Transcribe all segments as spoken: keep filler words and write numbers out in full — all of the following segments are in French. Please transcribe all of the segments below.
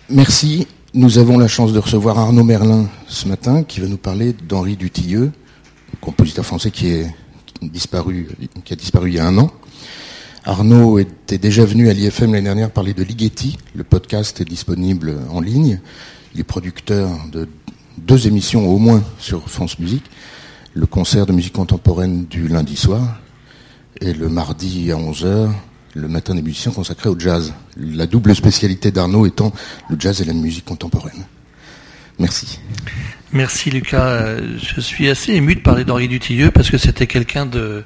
Merci. Nous avons la chance de recevoir Arnaud Merlin ce matin, qui va nous parler d'Henri Dutilleux, compositeur français qui, est disparu, qui a disparu il y a un an. Arnaud était déjà venu à l'I F M l'année dernière parler de Ligeti. Le podcast est disponible en ligne. Il est producteur de deux émissions au moins sur France Musique. Le concert de musique contemporaine du lundi soir et le mardi à onze heures, le matin des musiciens consacré au jazz. La double spécialité d'Arnaud étant le jazz et la musique contemporaine. Merci. Merci Lucas. Je suis assez ému de parler d'Henri Dutilleux parce que c'était quelqu'un de,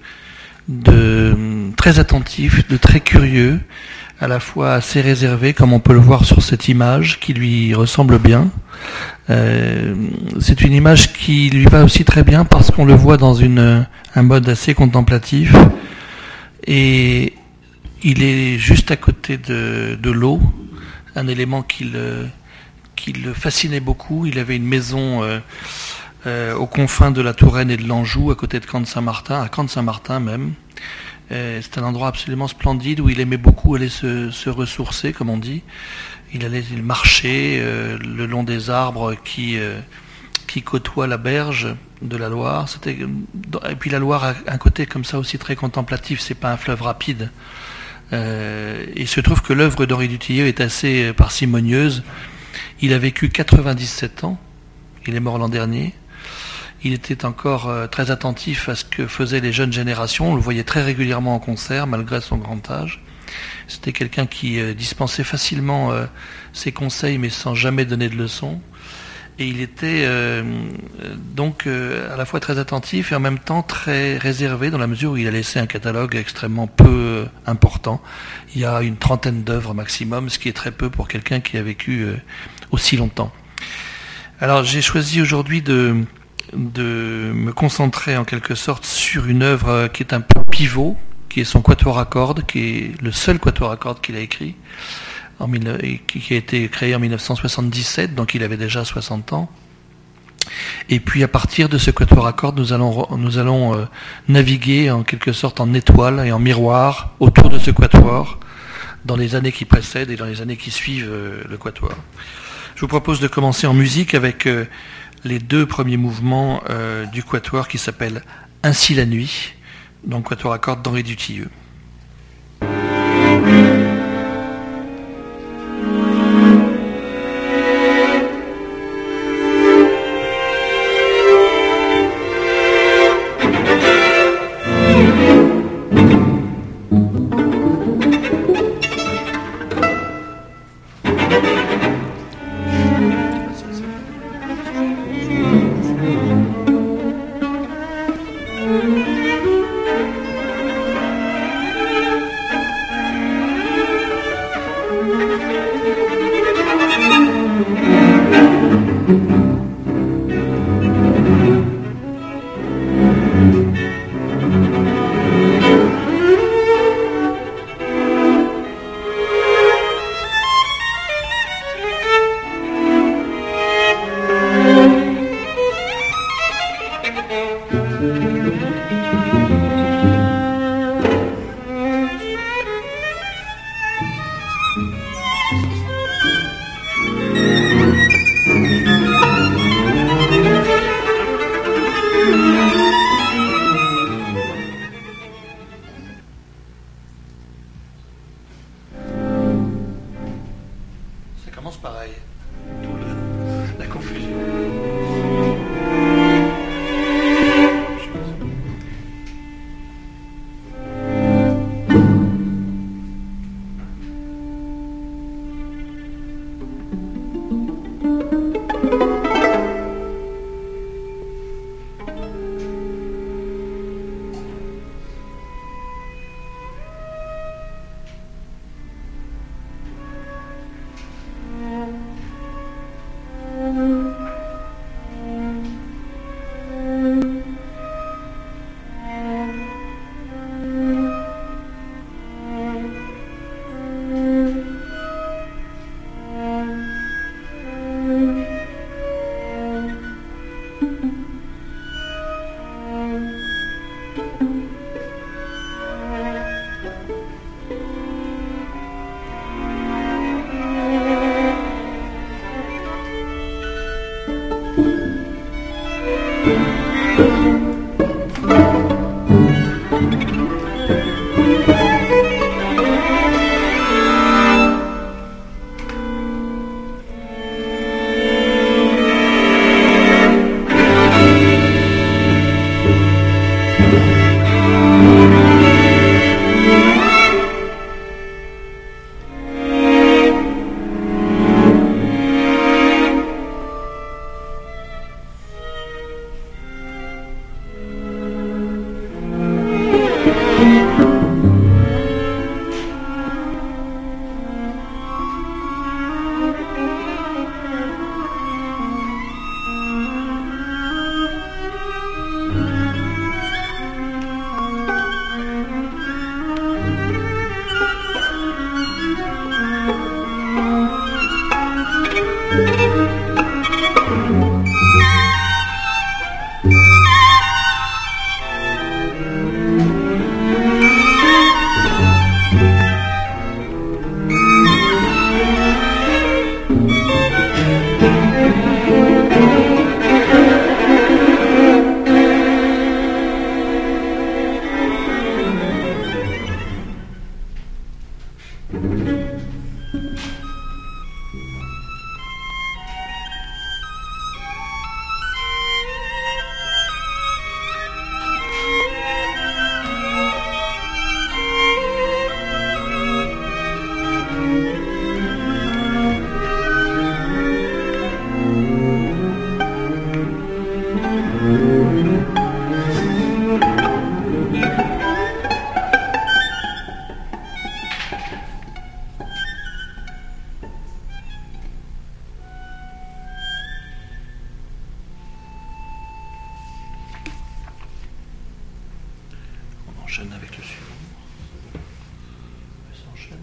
de très attentif, de très curieux, à la fois assez réservé, comme on peut le voir sur cette image qui lui ressemble bien. Euh, c'est une image qui lui va aussi très bien parce qu'on le voit dans une, un mode assez contemplatif et il est juste à côté de, de l'eau, un élément qui le, qui le fascinait beaucoup. Il avait une maison euh, euh, aux confins de la Touraine et de l'Anjou, à côté de Camp-de-Saint-Martin, à Camp-de-Saint-Martin même. Euh, c'est un endroit absolument splendide où il aimait beaucoup aller se, se ressourcer, comme on dit. Il allait marcher euh, le long des arbres qui, euh, qui côtoient la berge de la Loire. C'était, et puis la Loire a un côté comme ça aussi très contemplatif, c'est pas un fleuve rapide. Euh, il se trouve que l'œuvre d'Henri Dutilleux est assez parcimonieuse. Il a vécu quatre-vingt-dix-sept ans, il est mort l'an dernier. Il était encore euh, très attentif à ce que faisaient les jeunes générations. On le voyait très régulièrement en concert, malgré son grand âge. C'était quelqu'un qui euh, dispensait facilement euh, ses conseils, mais sans jamais donner de leçons. Et il était euh, donc euh, à la fois très attentif et en même temps très réservé, dans la mesure où il a laissé un catalogue extrêmement peu euh, important. Il y a une trentaine d'œuvres maximum, ce qui est très peu pour quelqu'un qui a vécu euh, aussi longtemps. Alors j'ai choisi aujourd'hui de, de me concentrer en quelque sorte sur une œuvre qui est un peu pivot, qui est son quatuor à cordes, qui est le seul quatuor à cordes qu'il a écrit, en, qui a été créé en mille neuf cent soixante-dix-sept, donc il avait déjà soixante ans. Et puis à partir de ce quatuor à cordes, nous allons, nous allons euh, naviguer en quelque sorte en étoile et en miroir autour de ce quatuor dans les années qui précèdent et dans les années qui suivent euh, le quatuor. Je vous propose de commencer en musique avec euh, les deux premiers mouvements euh, du quatuor qui s'appellent Ainsi la nuit, donc quatuor à cordes d'Henri Dutilleux. Avec le suivant. On s'enchaîne.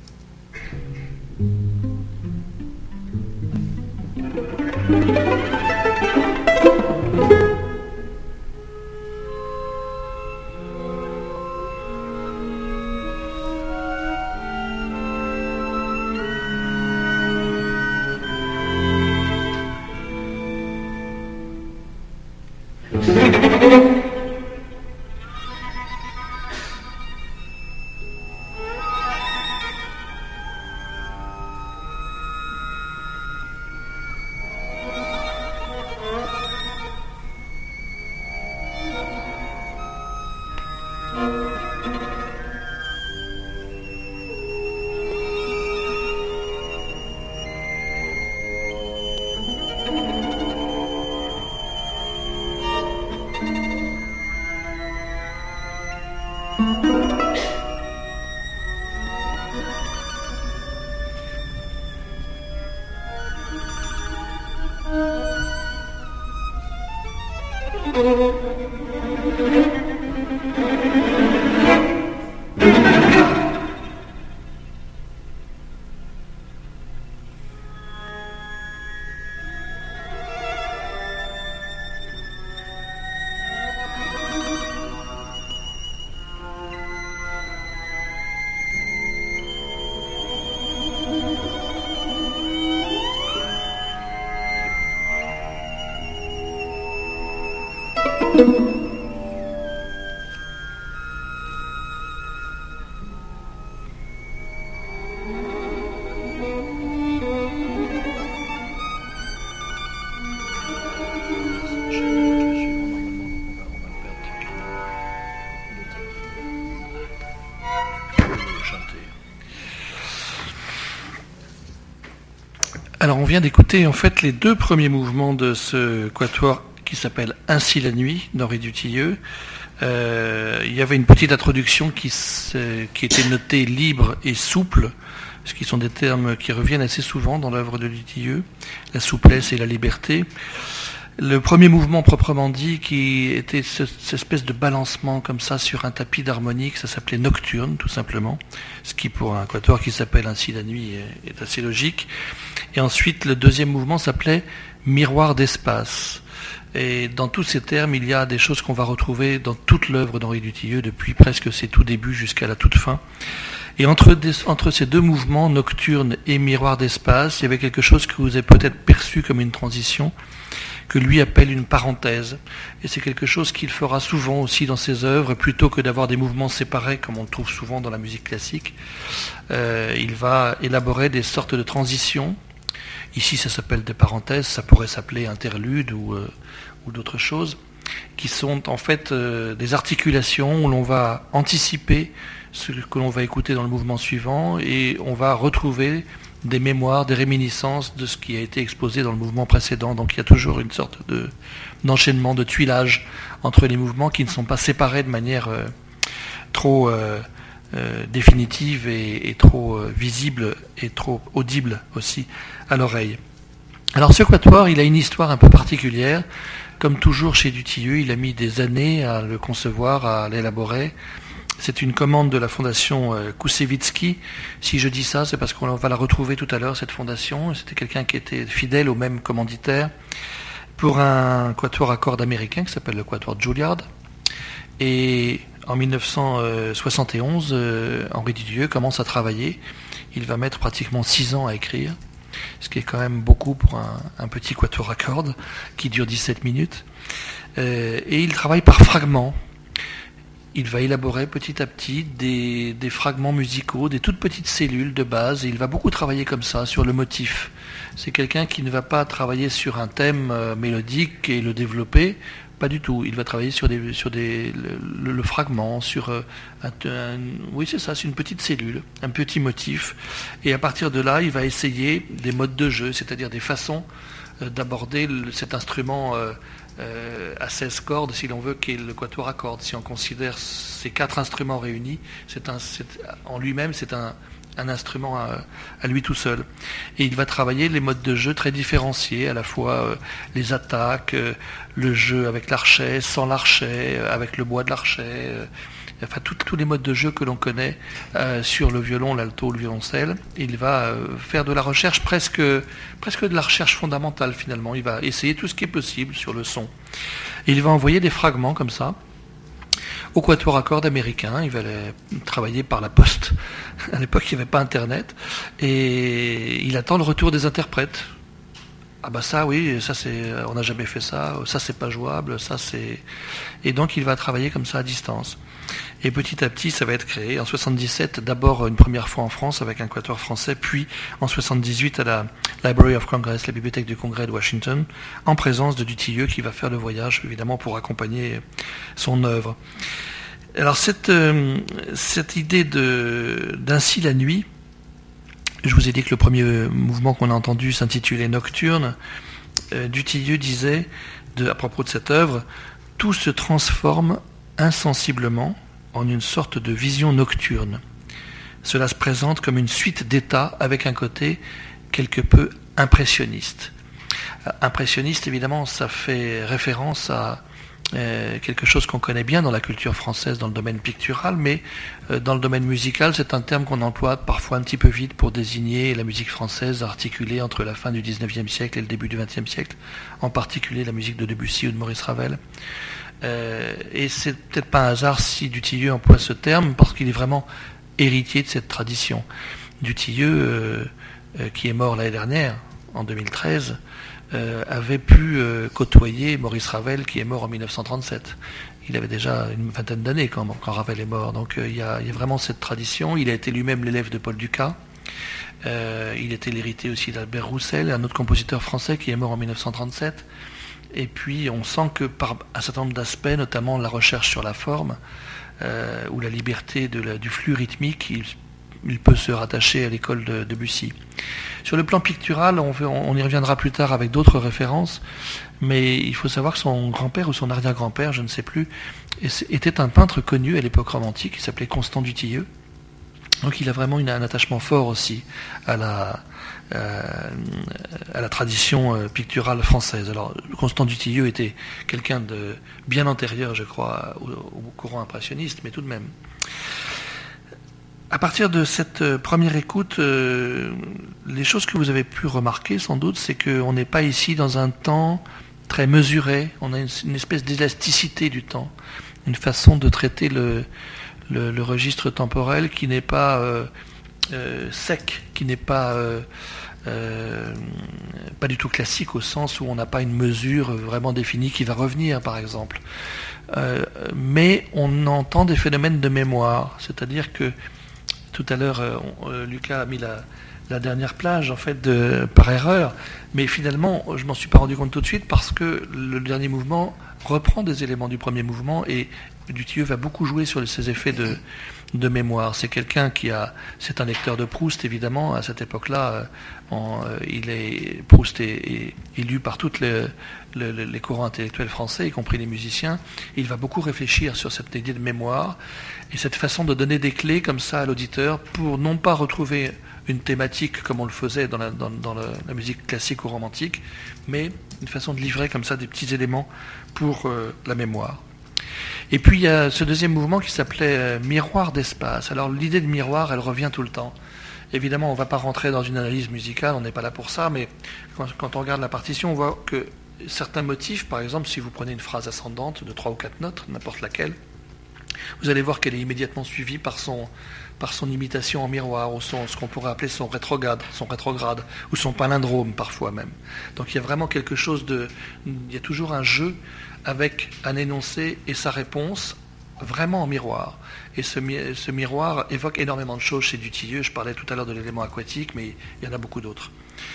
Alors on vient d'écouter en fait les deux premiers mouvements de ce quatuor qui s'appelle Ainsi la nuit d'Henri Dutilleux. Euh, il y avait une petite introduction qui, qui était notée libre et souple, ce qui sont des termes qui reviennent assez souvent dans l'œuvre de Dutilleux, la souplesse et la liberté. Le premier mouvement proprement dit, qui était cette espèce de balancement comme ça sur un tapis d'harmonique, ça s'appelait Nocturne tout simplement, ce qui pour un quatuor qui s'appelle Ainsi la nuit est, est assez logique. Et ensuite le deuxième mouvement s'appelait Miroir d'espace. Et dans tous ces termes, il y a des choses qu'on va retrouver dans toute l'œuvre d'Henri Dutilleux depuis presque ses tout débuts jusqu'à la toute fin. Et entre, des, entre ces deux mouvements, Nocturne et Miroir d'espace, il y avait quelque chose que vous avez peut-être perçu comme une transition, que lui appelle une parenthèse. Et c'est quelque chose qu'il fera souvent aussi dans ses œuvres, plutôt que d'avoir des mouvements séparés, comme on le trouve souvent dans la musique classique. Euh, il va élaborer des sortes de transitions. Ici, ça s'appelle des parenthèses, ça pourrait s'appeler interlude ou, euh, ou d'autres choses, qui sont en fait euh, des articulations où l'on va anticiper ce que l'on va écouter dans le mouvement suivant et on va retrouver des mémoires, des réminiscences de ce qui a été exposé dans le mouvement précédent. Donc il y a toujours une sorte de, d'enchaînement, de tuilage entre les mouvements qui ne sont pas séparés de manière euh, trop euh, euh, définitive et, et trop euh, visible et trop audible aussi à l'oreille. Alors ce quatuor, il a une histoire un peu particulière. Comme toujours chez Dutilleux, il a mis des années à le concevoir, à l'élaborer. C'est une commande de la fondation euh, Koussevitzky. Si je dis ça, c'est parce qu'on va la retrouver tout à l'heure, cette fondation. C'était quelqu'un qui était fidèle au même commanditaire pour un quatuor à cordes américain qui s'appelle le quatuor Juilliard. Et en mille neuf cent soixante et onze, euh, Henri Dutilleux commence à travailler. Il va mettre pratiquement six ans à écrire, ce qui est quand même beaucoup pour un, un petit quatuor à cordes qui dure dix-sept minutes. Euh, et il travaille par fragments. Il va élaborer petit à petit des, des fragments musicaux, des toutes petites cellules de base, et il va beaucoup travailler comme ça, sur le motif. C'est quelqu'un qui ne va pas travailler sur un thème euh, mélodique et le développer, pas du tout. Il va travailler sur des, sur des, le, le fragment, sur euh, un, un, oui c'est ça, c'est une petite cellule, un petit motif, et à partir de là, il va essayer des modes de jeu, c'est-à-dire des façons euh, d'aborder le, cet instrument euh, euh, à seize cordes, si l'on veut, qui est le quatuor à cordes. Si on considère ces quatre instruments réunis, c'est un, c'est, en lui-même, c'est un, un instrument à, à lui tout seul. Et il va travailler les modes de jeu très différenciés, à la fois euh, les attaques, euh, le jeu avec l'archet, sans l'archet, euh, avec le bois de l'archet, euh, enfin tous les modes de jeu que l'on connaît euh, sur le violon, l'alto, le violoncelle. Il va euh, faire de la recherche presque, presque de la recherche fondamentale finalement. Il va essayer tout ce qui est possible sur le son. Et il va envoyer des fragments comme ça au quatuor à cordes américain. Il va les travailler par la poste. À l'époque, il n'y avait pas Internet. Et il attend le retour des interprètes. Ah bah ça, oui, ça c'est, on n'a jamais fait ça. Ça c'est pas jouable. Ça c'est. Et donc il va travailler comme ça à distance. Et petit à petit, ça va être créé. En soixante-dix-sept, d'abord une première fois en France avec un quatuor français, puis en soixante-dix-huit à la Library of Congress, la bibliothèque du Congrès de Washington, en présence de Dutilleux qui va faire le voyage, évidemment, pour accompagner son œuvre. Alors cette, euh, cette idée de, d'Ainsi la nuit, je vous ai dit que le premier mouvement qu'on a entendu s'intitulait Nocturne. Euh, Dutilleux disait, de, à propos de cette œuvre, tout se transforme insensiblement en une sorte de vision nocturne. Cela se présente comme une suite d'états avec un côté quelque peu impressionniste. Impressionniste, évidemment, ça fait référence à euh, quelque chose qu'on connaît bien dans la culture française, dans le domaine pictural, mais euh, dans le domaine musical, c'est un terme qu'on emploie parfois un petit peu vite pour désigner la musique française articulée entre la fin du dix-neuvième siècle et le début du vingtième siècle, en particulier la musique de Debussy ou de Maurice Ravel. Euh, et c'est peut-être pas un hasard si Dutilleux emploie ce terme, parce qu'il est vraiment héritier de cette tradition. Dutilleux, euh, euh, qui est mort l'année dernière, en deux mille treize, euh, avait pu euh, côtoyer Maurice Ravel, qui est mort en mille neuf cent trente-sept. Il avait déjà une vingtaine d'années quand, quand Ravel est mort. Donc il euh, y, a, y a vraiment cette tradition. Il a été lui-même l'élève de Paul Dukas. Euh, il était l'héritier aussi d'Albert Roussel, un autre compositeur français qui est mort en mille neuf cent trente-sept. Et puis on sent que par un certain nombre d'aspects, notamment la recherche sur la forme, euh, ou la liberté de la, du flux rythmique, il, il peut se rattacher à l'école de Debussy. Sur le plan pictural, on, on y reviendra plus tard avec d'autres références, mais il faut savoir que son grand-père ou son arrière-grand-père, je ne sais plus, était un peintre connu à l'époque romantique, qui s'appelait Constant Dutilleux. Donc il a vraiment une, un attachement fort aussi à la, euh, à la tradition euh, picturale française. Alors Constant Dutilleux était quelqu'un de bien antérieur, je crois, au, au courant impressionniste, mais tout de même. À partir de cette euh, première écoute, euh, les choses que vous avez pu remarquer sans doute, c'est qu'on n'est pas ici dans un temps très mesuré, on a une, une espèce d'élasticité du temps, une façon de traiter le Le, le registre temporel qui n'est pas euh, euh, sec, qui n'est pas euh, euh, pas du tout classique au sens où on n'a pas une mesure vraiment définie qui va revenir, par exemple. Euh, mais on entend des phénomènes de mémoire, c'est-à-dire que tout à l'heure, euh, Lucas a mis la, la dernière plage en fait de, par erreur, mais finalement, je m'en suis pas rendu compte tout de suite parce que le dernier mouvement reprend des éléments du premier mouvement et Dutilleux va beaucoup jouer sur ces effets de, de mémoire. C'est quelqu'un qui a, c'est un lecteur de Proust évidemment. À cette époque-là, en, il est Proust est, est, est lu par tous les, les, les courants intellectuels français, y compris les musiciens. Il va beaucoup réfléchir sur cette idée de mémoire et cette façon de donner des clés comme ça à l'auditeur pour non pas retrouver une thématique comme on le faisait dans la, dans, dans la, la musique classique ou romantique, mais une façon de livrer comme ça des petits éléments pour euh, la mémoire. Et puis il y a ce deuxième mouvement qui s'appelait euh, Miroir d'espace. Alors l'idée de miroir, elle revient tout le temps. Évidemment, on ne va pas rentrer dans une analyse musicale, on n'est pas là pour ça, mais quand, quand on regarde la partition, on voit que certains motifs, par exemple, si vous prenez une phrase ascendante de trois ou quatre notes, n'importe laquelle, vous allez voir qu'elle est immédiatement suivie par son, par son imitation en miroir, ou son, ce qu'on pourrait appeler son rétrograde, son rétrograde, ou son palindrome parfois même. Donc il y a vraiment quelque chose de... Il y a toujours un jeu avec un énoncé et sa réponse, vraiment en miroir. Et ce, ce miroir évoque énormément de choses chez Dutilleux. Je parlais tout à l'heure de l'élément aquatique, mais il y en a beaucoup d'autres.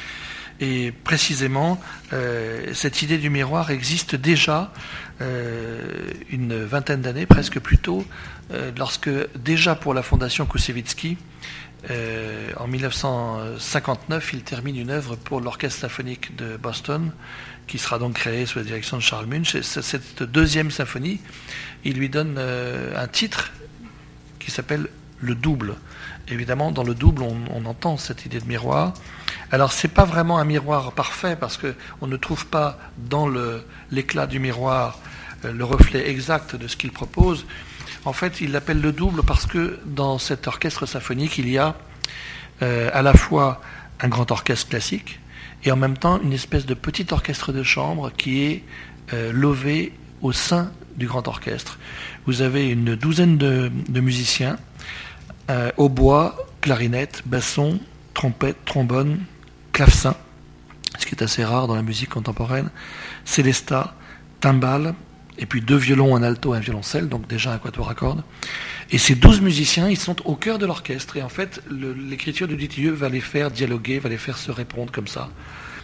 Et précisément, euh, cette idée du miroir existe déjà euh, une vingtaine d'années, presque plus tôt, euh, lorsque déjà pour la Fondation Koussevitzky, euh, en mille neuf cent cinquante-neuf, il termine une œuvre pour l'Orchestre symphonique de Boston, qui sera donc créé sous la direction de Charles Munch. Et cette deuxième symphonie, il lui donne euh, un titre qui s'appelle le double. Évidemment, dans le double, on, on entend cette idée de miroir. Alors, c'est pas vraiment un miroir parfait, parce qu'on ne trouve pas dans le, l'éclat du miroir euh, le reflet exact de ce qu'il propose. En fait, il l'appelle le double parce que dans cet orchestre symphonique, il y a euh, à la fois un grand orchestre classique et en même temps une espèce de petit orchestre de chambre qui est euh, lové au sein du grand orchestre. Vous avez une douzaine de, de musiciens, euh, hautbois, clarinette, basson, trompette, trombone, clavecin, ce qui est assez rare dans la musique contemporaine, célesta, timbale, et puis deux violons, un alto et un violoncelle, donc déjà un quatuor à cordes. Et ces douze musiciens, ils sont au cœur de l'orchestre. Et en fait, le, l'écriture de Dutilleux va les faire dialoguer, va les faire se répondre comme ça,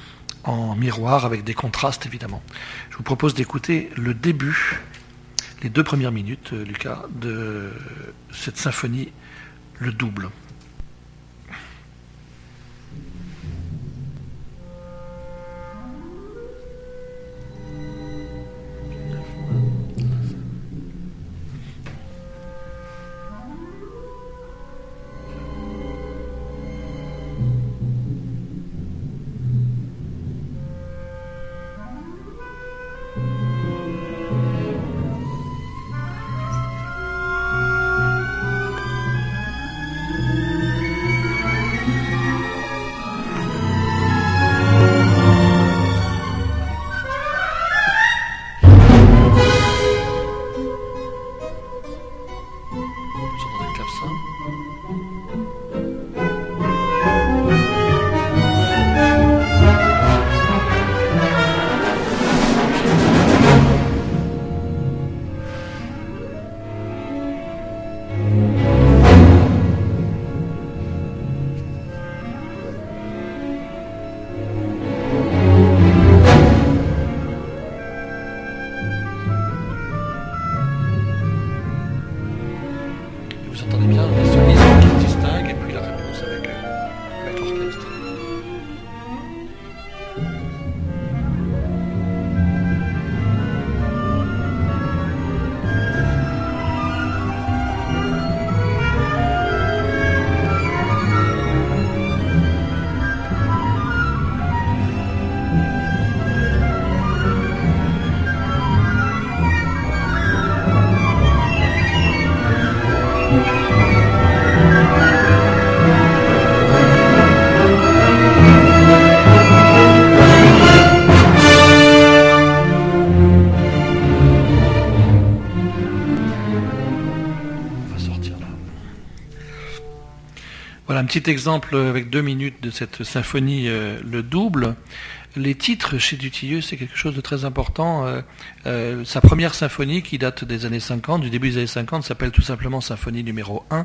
en miroir, avec des contrastes évidemment. Je vous propose d'écouter le début, les deux premières minutes, Lucas, de cette symphonie, le double. Voilà un petit exemple avec deux minutes de cette symphonie, euh, le double. Les titres chez Dutilleux, c'est quelque chose de très important. Euh, euh, sa première symphonie, qui date des années cinquante, du début des années cinquante, s'appelle tout simplement symphonie numéro un.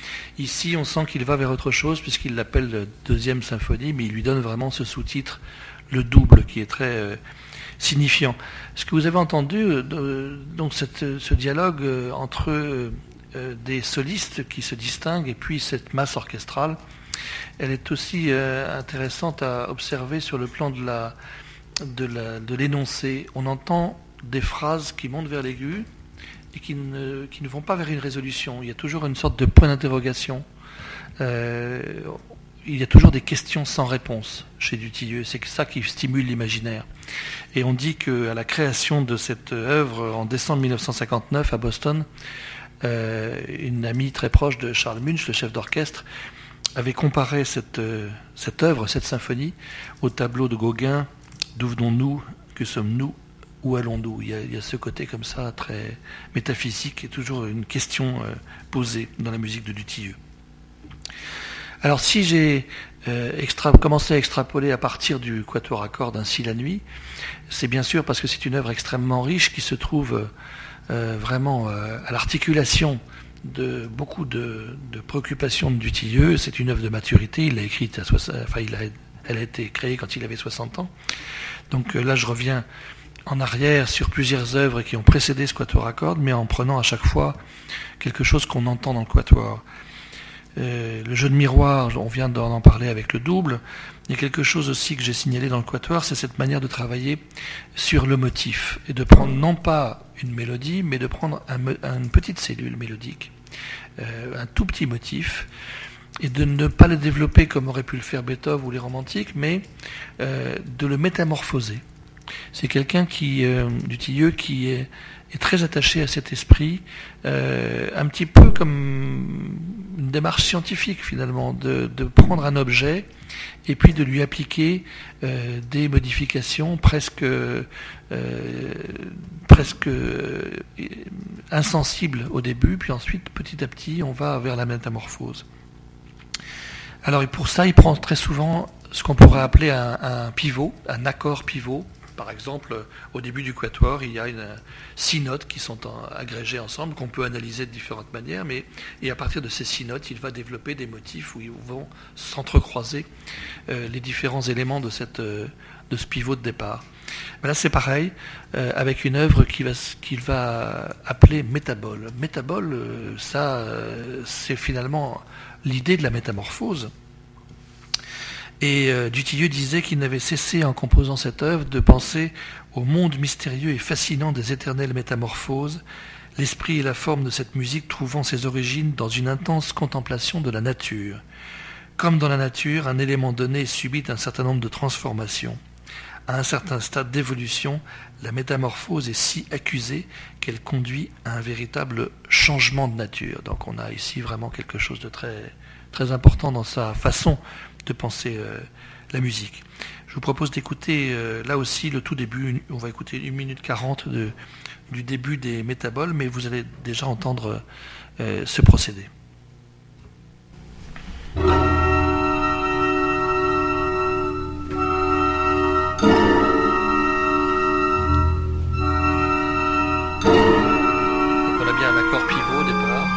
Ici, on sent qu'il va vers autre chose, puisqu'il l'appelle deuxième symphonie, mais il lui donne vraiment ce sous-titre, le double, qui est très euh, signifiant. Ce que vous avez entendu, euh, donc cette, ce dialogue euh, entre euh, des solistes qui se distinguent et puis cette masse orchestrale, elle est aussi euh, intéressante à observer sur le plan de, la, de, la, de l'énoncé. On entend des phrases qui montent vers l'aigu et qui ne, qui ne vont pas vers une résolution. Il y a toujours une sorte de point d'interrogation. Euh, il y a toujours des questions sans réponse chez Dutilleux. C'est ça qui stimule l'imaginaire. Et on dit qu'à la création de cette œuvre, en décembre mille neuf cent cinquante-neuf à Boston, euh, une amie très proche de Charles Munch, le chef d'orchestre, avait comparé cette, euh, cette œuvre, cette symphonie, au tableau de Gauguin, « D'où venons-nous ? Que sommes-nous ? Où allons-nous » il y, a, il y a ce côté comme ça, très métaphysique, et toujours une question euh, posée dans la musique de Dutilleux. Alors si j'ai euh, extra, commencé à extrapoler à partir du quatuor à cordes Ainsi la nuit, c'est bien sûr parce que c'est une œuvre extrêmement riche qui se trouve euh, vraiment euh, à l'articulation de beaucoup de, de préoccupations de Dutilleux. C'est une œuvre de maturité, il l'a écrite à soixante, enfin il a, elle a été créée quand il avait soixante ans. Donc euh, là je reviens en arrière sur plusieurs œuvres qui ont précédé ce quatuor à cordes, mais en prenant à chaque fois quelque chose qu'on entend dans le quatuor. Euh, le jeu de miroir, on vient d'en parler avec le double. Il y a quelque chose aussi que j'ai signalé dans le quatuor, c'est cette manière de travailler sur le motif et de prendre non pas une mélodie, mais de prendre un, une petite cellule mélodique, euh, un tout petit motif, et de ne pas le développer comme aurait pu le faire Beethoven ou les romantiques, mais euh, de le métamorphoser. C'est quelqu'un qui, euh, Dutilleux, qui est, est très attaché à cet esprit, euh, un petit peu comme une démarche scientifique finalement, de, de prendre un objet et puis de lui appliquer euh, des modifications presque, euh, presque euh, insensibles au début, puis ensuite petit à petit on va vers la métamorphose. Alors et pour ça il prend très souvent ce qu'on pourrait appeler un, un pivot, un accord pivot. Par exemple, au début du quatuor, il y a une, six notes qui sont en, agrégées ensemble, qu'on peut analyser de différentes manières, mais et à partir de ces six notes, il va développer des motifs où ils vont s'entrecroiser euh, les différents éléments de, cette, euh, de ce pivot de départ. Mais là, c'est pareil, euh, avec une œuvre qu'il va, qu'il va appeler métabole. Métabole, euh, ça, euh, c'est finalement l'idée de la métamorphose. Et euh, Dutilleux disait qu'il n'avait cessé, en composant cette œuvre, de penser au monde mystérieux et fascinant des éternelles métamorphoses, l'esprit et la forme de cette musique trouvant ses origines dans une intense contemplation de la nature. Comme dans la nature, un élément donné subit un certain nombre de transformations. À un certain stade d'évolution, la métamorphose est si accusée qu'elle conduit à un véritable changement de nature. Donc on a ici vraiment quelque chose de très, très important dans sa façon de penser euh, la musique. Je vous propose d'écouter euh, là aussi le tout début, une, on va écouter une minute quarante de, du début des métaboles, mais vous allez déjà entendre euh, ce procédé. Donc on a bien un accord pivot au départ.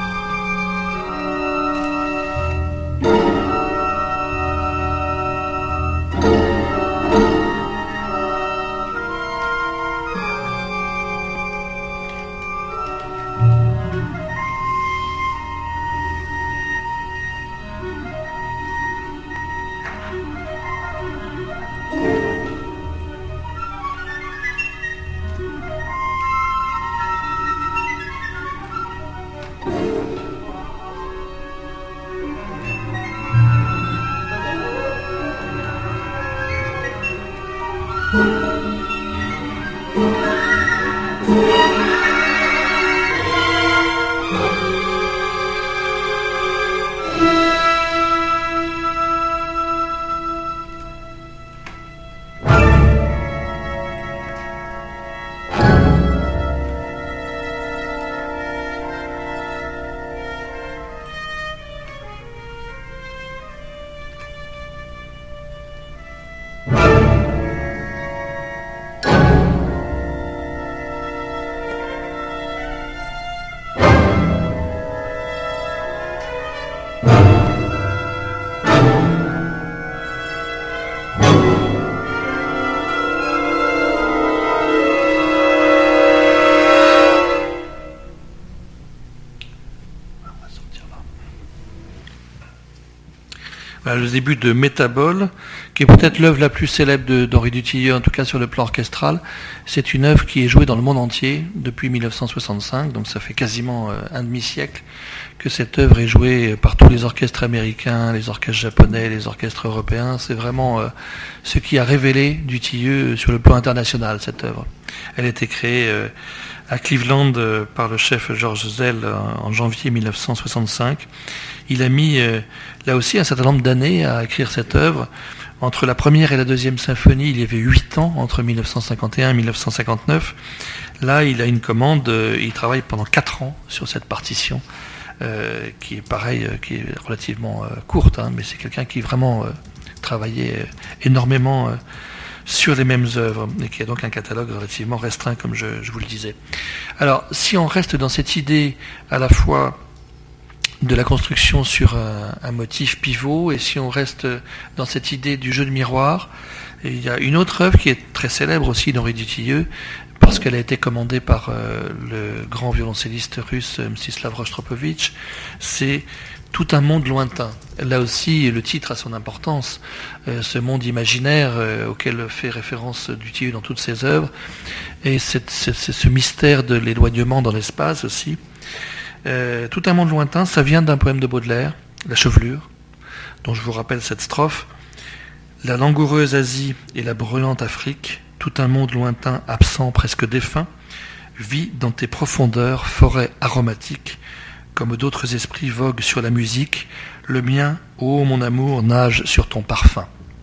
le début de Métabole, qui est peut-être l'œuvre la plus célèbre de, d'Henri Dutilleux, en tout cas sur le plan orchestral. C'est une œuvre qui est jouée dans le monde entier depuis mille neuf cent soixante-cinq, donc ça fait quasiment euh, un demi-siècle que cette œuvre est jouée par tous les orchestres américains, les orchestres japonais, les orchestres européens. C'est vraiment euh, ce qui a révélé Dutilleux sur le plan international, cette œuvre. Elle a été créée euh, à Cleveland euh, par le chef George Szell euh, en janvier mille neuf cent soixante-cinq. Il a mis euh, là aussi un certain nombre d'années à écrire cette œuvre. Entre la première et la deuxième symphonie, il y avait huit ans, entre mille neuf cent cinquante et un et mille neuf cent cinquante-neuf. Là, il a une commande, euh, il travaille pendant quatre ans sur cette partition. Euh, qui est pareil, euh, qui est relativement euh, courte, hein, mais c'est quelqu'un qui vraiment euh, travaillait euh, énormément euh, sur les mêmes œuvres et qui a donc un catalogue relativement restreint, comme je, je vous le disais. Alors, si on reste dans cette idée à la fois de la construction sur un, un motif pivot, et si on reste dans cette idée du jeu de miroir, il y a une autre œuvre qui est très célèbre aussi d'Henri Dutilleux, parce qu'elle a été commandée par euh, le grand violoncelliste russe Mstislav Rostropovitch, c'est Tout un monde lointain. Là aussi, le titre a son importance, euh, ce monde imaginaire euh, auquel fait référence Dutilleux dans toutes ses œuvres, et c'est, c'est, c'est ce mystère de l'éloignement dans l'espace aussi. Euh, Tout un monde lointain, ça vient d'un poème de Baudelaire, La Chevelure, dont je vous rappelle cette strophe. La langoureuse Asie et la brûlante Afrique, tout un monde lointain, absent, presque défunt, vit dans tes profondeurs, forêts aromatiques, comme d'autres esprits voguent sur la musique, le mien, ô mon amour, nage sur ton parfum.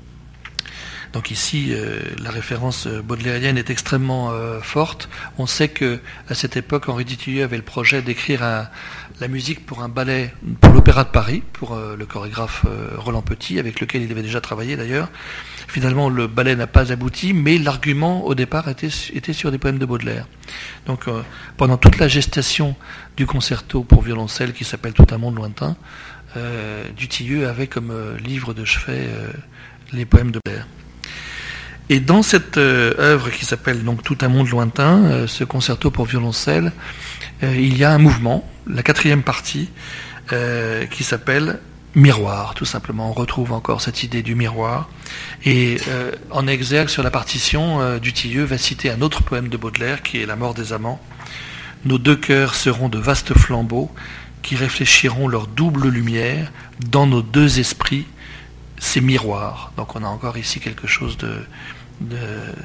Donc ici, euh, la référence baudelairienne est extrêmement euh, forte. On sait que à cette époque, Henri Dutilleux avait le projet d'écrire un, la musique pour un ballet, pour l'Opéra de Paris, pour euh, le chorégraphe euh, Roland Petit, avec lequel il avait déjà travaillé d'ailleurs. Finalement, le ballet n'a pas abouti, mais l'argument au départ était, était sur des poèmes de Baudelaire. Donc, euh, pendant toute la gestation du concerto pour violoncelle qui s'appelle Tout un monde lointain, euh, Dutilleux avait comme euh, livre de chevet euh, les poèmes de Baudelaire. Et dans cette euh, œuvre qui s'appelle donc Tout un monde lointain, euh, ce concerto pour violoncelle, euh, il y a un mouvement, la quatrième partie, euh, qui s'appelle Miroir, tout simplement. On retrouve encore cette idée du miroir. Et euh, en exergue sur la partition, euh, Dutilleux va citer un autre poème de Baudelaire qui est La mort des amants. Nos deux cœurs seront de vastes flambeaux qui réfléchiront leur double lumière dans nos deux esprits, ces miroirs. Donc on a encore ici quelque chose de, de,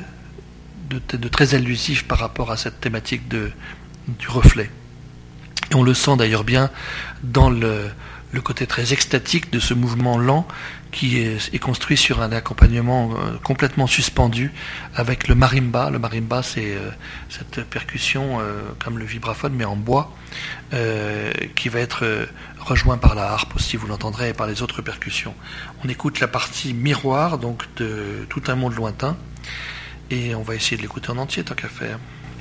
de, de très allusif par rapport à cette thématique de, du reflet. Et on le sent d'ailleurs bien dans le, le côté très extatique de ce mouvement lent qui est, est construit sur un accompagnement euh, complètement suspendu avec le marimba. Le marimba, c'est euh, cette percussion euh, comme le vibraphone, mais en bois, euh, qui va être euh, rejoint par la harpe aussi, vous l'entendrez, et par les autres percussions. On écoute la partie miroir, donc de Tout un monde lointain, et on va essayer de l'écouter en entier, tant qu'à faire.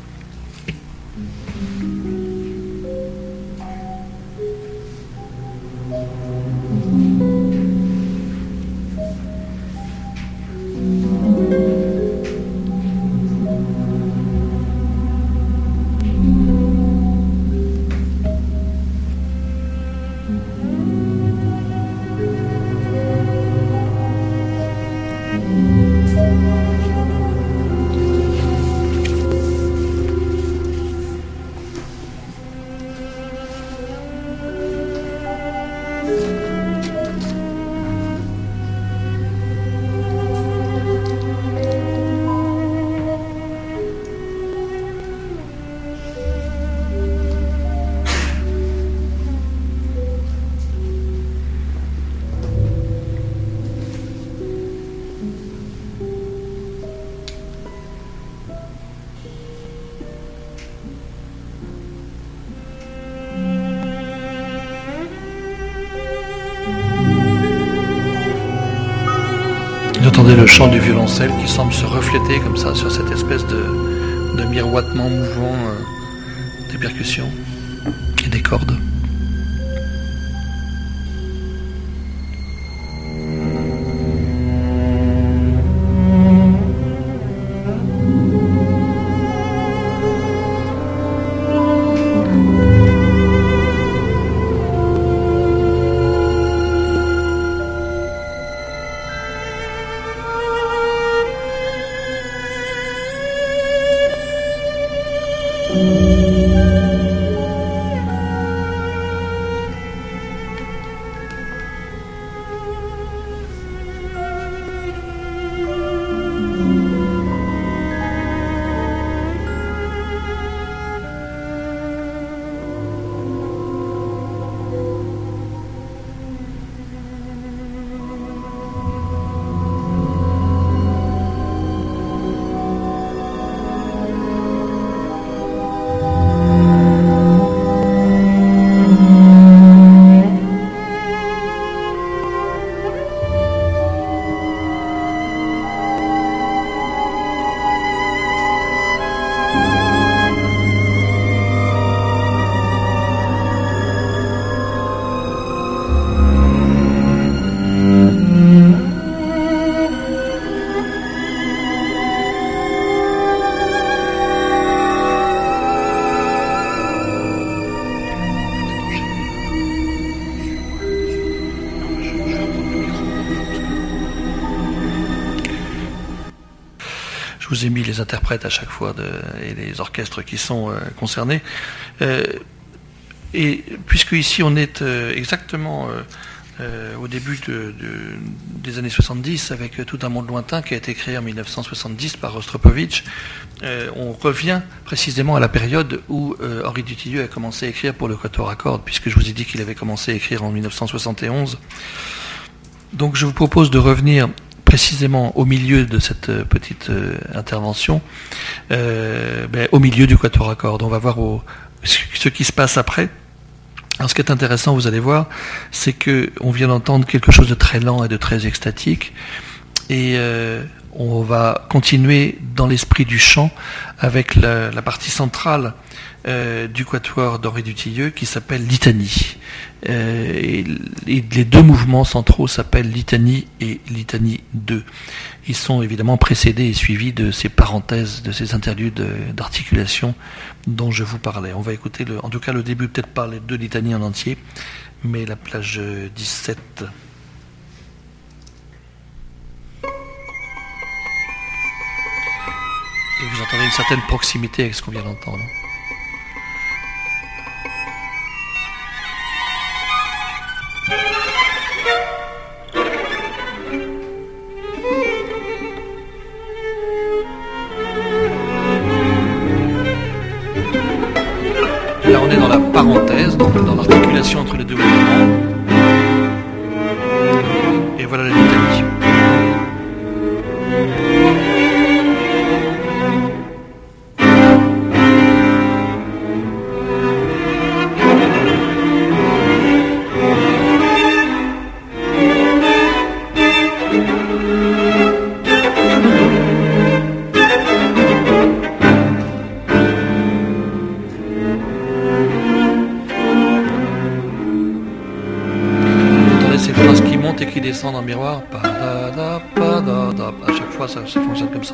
Vous entendez le chant du violoncelle qui semble se refléter comme ça sur cette espèce de, de miroitement mouvant euh, des percussions et des cordes. vous ai mis les interprètes à chaque fois de, et les orchestres qui sont euh, concernés. Euh, et puisque ici on est euh, exactement euh, euh, au début de, de, des années soixante-dix, avec Tout un monde lointain qui a été créé en mille neuf cent soixante-dix par Rostropovitch, euh, on revient précisément à la période où euh, Henri Dutilleux a commencé à écrire pour le quatuor à cordes, puisque je vous ai dit qu'il avait commencé à écrire en mille neuf cent soixante et onze. Donc je vous propose de revenir précisément au milieu de cette petite euh, intervention, euh, ben, au milieu du quatuor à cordes. On va voir au, ce qui se passe après. Alors ce qui est intéressant, vous allez voir, c'est que on vient d'entendre quelque chose de très lent et de très extatique, et euh, on va continuer dans l'esprit du chant avec la, la partie centrale euh, du quatuor d'Henri Dutilleux qui s'appelle Litanie. Euh, et, et les deux mouvements centraux s'appellent Litanie et Litanie deux. Ils sont évidemment précédés et suivis de ces parenthèses, de ces interludes d'articulation dont je vous parlais. On va écouter, le, en tout cas le début, peut-être pas les deux litanies en entier, mais la plage dix-sept. Et vous entendez une certaine proximité avec ce qu'on vient d'entendre. Là, on est dans la parenthèse, donc dans l'articulation entre les deux mouvements. Et voilà la litanie. Et qui descendent en miroir, pa-da-da, pa-da-da. À chaque fois ça, ça fonctionne comme ça.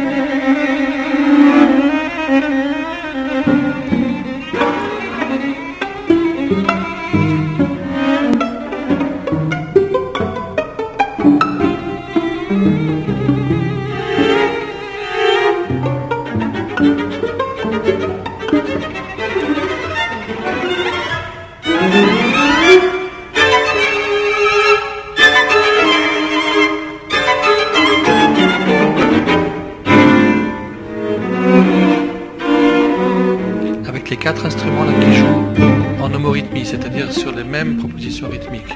Quatre instruments là qui jouent en homorythmie, c'est-à-dire sur les mêmes propositions rythmiques.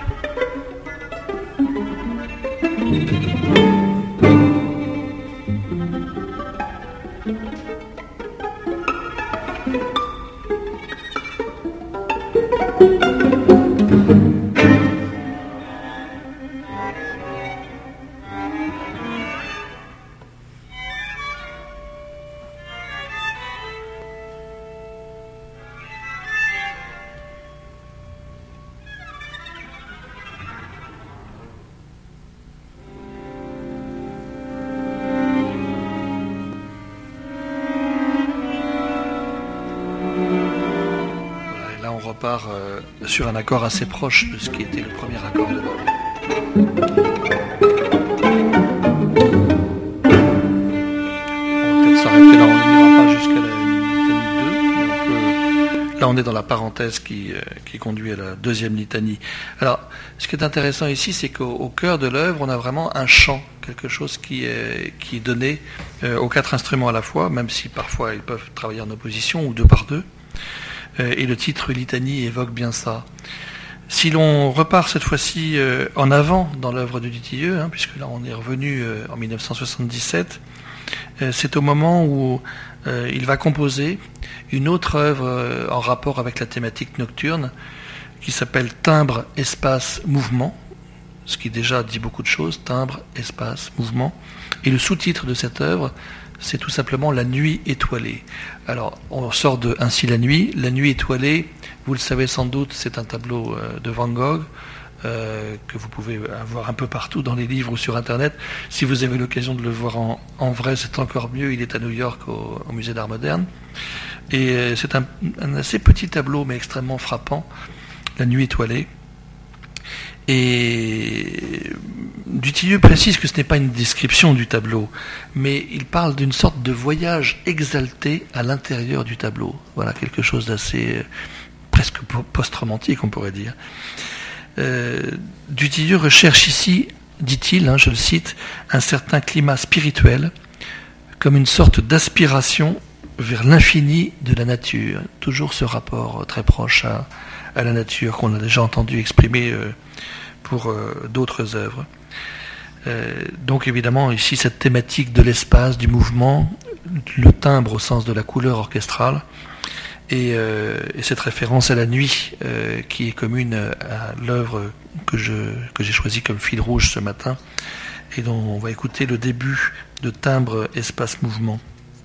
Part euh, sur un accord assez proche de ce qui était le premier accord de l'œuvre. On va peut-être s'arrêter là, on n'ira pas jusqu'à la litanie deux, mais on peut... là on est dans la parenthèse qui, euh, qui conduit à la deuxième litanie. Alors, ce qui est intéressant ici, c'est qu'au au cœur de l'œuvre, on a vraiment un chant, quelque chose qui est, qui est donné euh, aux quatre instruments à la fois, même si parfois ils peuvent travailler en opposition ou deux par deux. Et le titre Litanie évoque bien ça. Si l'on repart cette fois-ci euh, en avant dans l'œuvre de Dutilleux, hein, puisque là on est revenu euh, en mille neuf cent soixante-dix-sept, euh, c'est au moment où euh, il va composer une autre œuvre euh, en rapport avec la thématique nocturne qui s'appelle Timbre, Espace, Mouvement, ce qui déjà dit beaucoup de choses, timbre, espace, mouvement. Et le sous-titre de cette œuvre, c'est tout simplement La Nuit étoilée. Alors, on sort de Ainsi la nuit. La Nuit étoilée, vous le savez sans doute, c'est un tableau de Van Gogh euh, que vous pouvez avoir un peu partout dans les livres ou sur Internet. Si vous avez l'occasion de le voir en, en vrai, c'est encore mieux. Il est à New York au, au Musée d'Art Moderne. Et euh, c'est un, un assez petit tableau, mais extrêmement frappant, La Nuit étoilée. Et Dutilleux précise que ce n'est pas une description du tableau, mais il parle d'une sorte de voyage exalté à l'intérieur du tableau. Voilà, quelque chose d'assez, euh, presque post-romantique, on pourrait dire. Euh, Dutilleux recherche ici, dit-il, hein, je le cite, un certain climat spirituel, comme une sorte d'aspiration vers l'infini de la nature. Toujours ce rapport très proche à, à la nature qu'on a déjà entendu exprimer euh, pour euh, d'autres œuvres. Euh, donc évidemment ici cette thématique de l'espace, du mouvement, le timbre au sens de la couleur orchestrale, et, euh, et cette référence à la nuit euh, qui est commune à l'œuvre que je que j'ai choisie comme fil rouge ce matin, et dont on va écouter le début de timbre espace mouvement.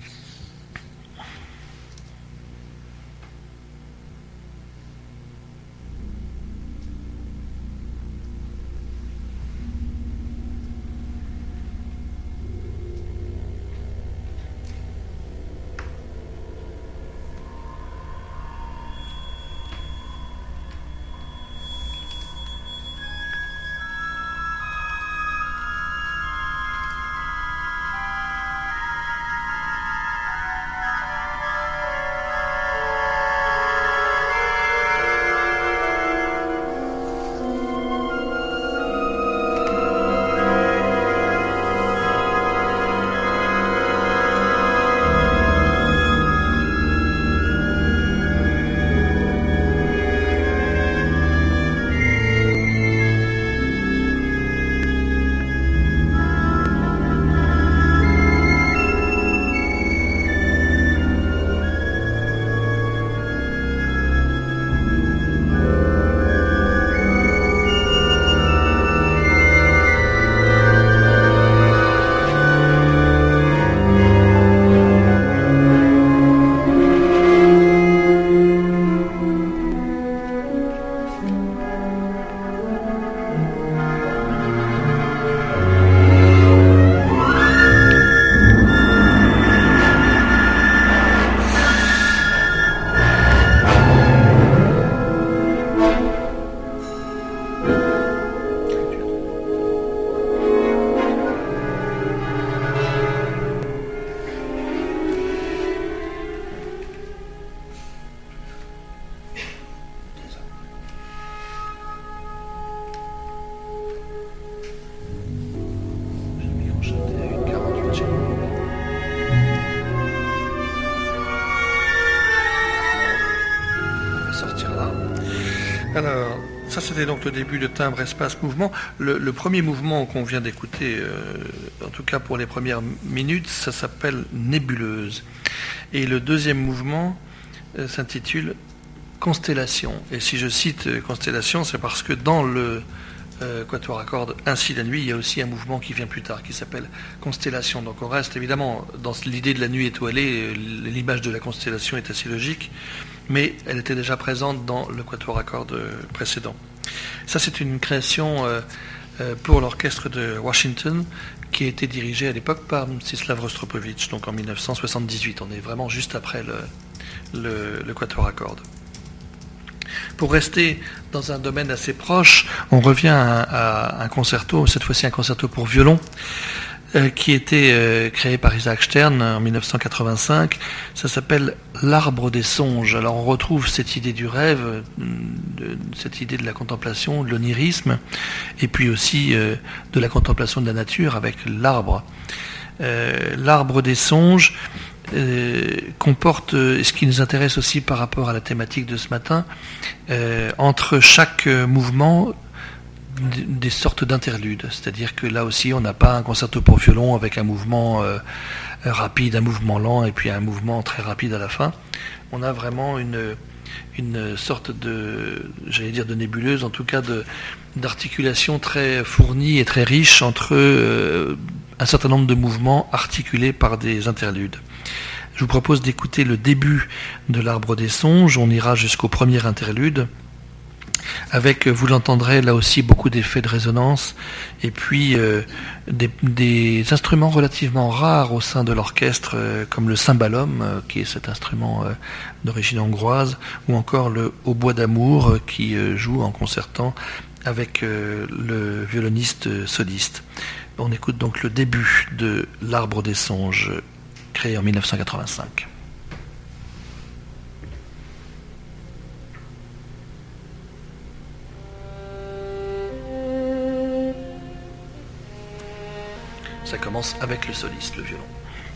Alors, ça c'était donc le début de timbre, espace, mouvement. Le, le premier mouvement qu'on vient d'écouter, euh, en tout cas pour les premières minutes, ça s'appelle Nébuleuse. Et le deuxième mouvement euh, s'intitule Constellation. Et si je cite euh, Constellation, c'est parce que dans le euh, quatuor à cordes Ainsi la nuit, il y a aussi un mouvement qui vient plus tard, qui s'appelle Constellation. Donc on reste évidemment dans l'idée de la nuit étoilée, l'image de la constellation est assez logique, mais elle était déjà présente dans le quatuor à cordes précédent. Ça, c'est une création euh, euh, pour l'orchestre de Washington qui a été dirigé à l'époque par Mstislav Rostropovitch, donc en mille neuf cent soixante-dix-huit. On est vraiment juste après le, le, le quatuor à cordes. Pour rester dans un domaine assez proche, on revient à, à un concerto, cette fois-ci un concerto pour violon, euh, qui était euh, créé par Isaac Stern en mille neuf cent quatre-vingt-cinq. Ça s'appelle L'Arbre des songes. Alors on retrouve cette idée du rêve, de, cette idée de la contemplation, de l'onirisme, et puis aussi euh, de la contemplation de la nature avec l'arbre. Euh, L'Arbre des songes euh, comporte, et ce qui nous intéresse aussi par rapport à la thématique de ce matin, euh, entre chaque mouvement, des sortes d'interludes, c'est-à-dire que là aussi on n'a pas un concerto pour violon avec un mouvement euh, rapide, un mouvement lent et puis un mouvement très rapide à la fin. On a vraiment une, une sorte de, j'allais dire de nébuleuse, en tout cas de, d'articulation très fournie et très riche entre euh, un certain nombre de mouvements articulés par des interludes. Je vous propose d'écouter le début de l'Arbre des songes, on ira jusqu'au premier interlude, avec, vous l'entendrez, là aussi beaucoup d'effets de résonance, et puis euh, des, des instruments relativement rares au sein de l'orchestre, euh, comme le cymbalum, euh, qui est cet instrument euh, d'origine hongroise, ou encore le hautbois d'amour, euh, qui euh, joue en concertant avec euh, le violoniste soliste. On écoute donc le début de L'Arbre des Songes, créé en mille neuf cent quatre-vingt-cinq. Ça commence avec le soliste, le violon.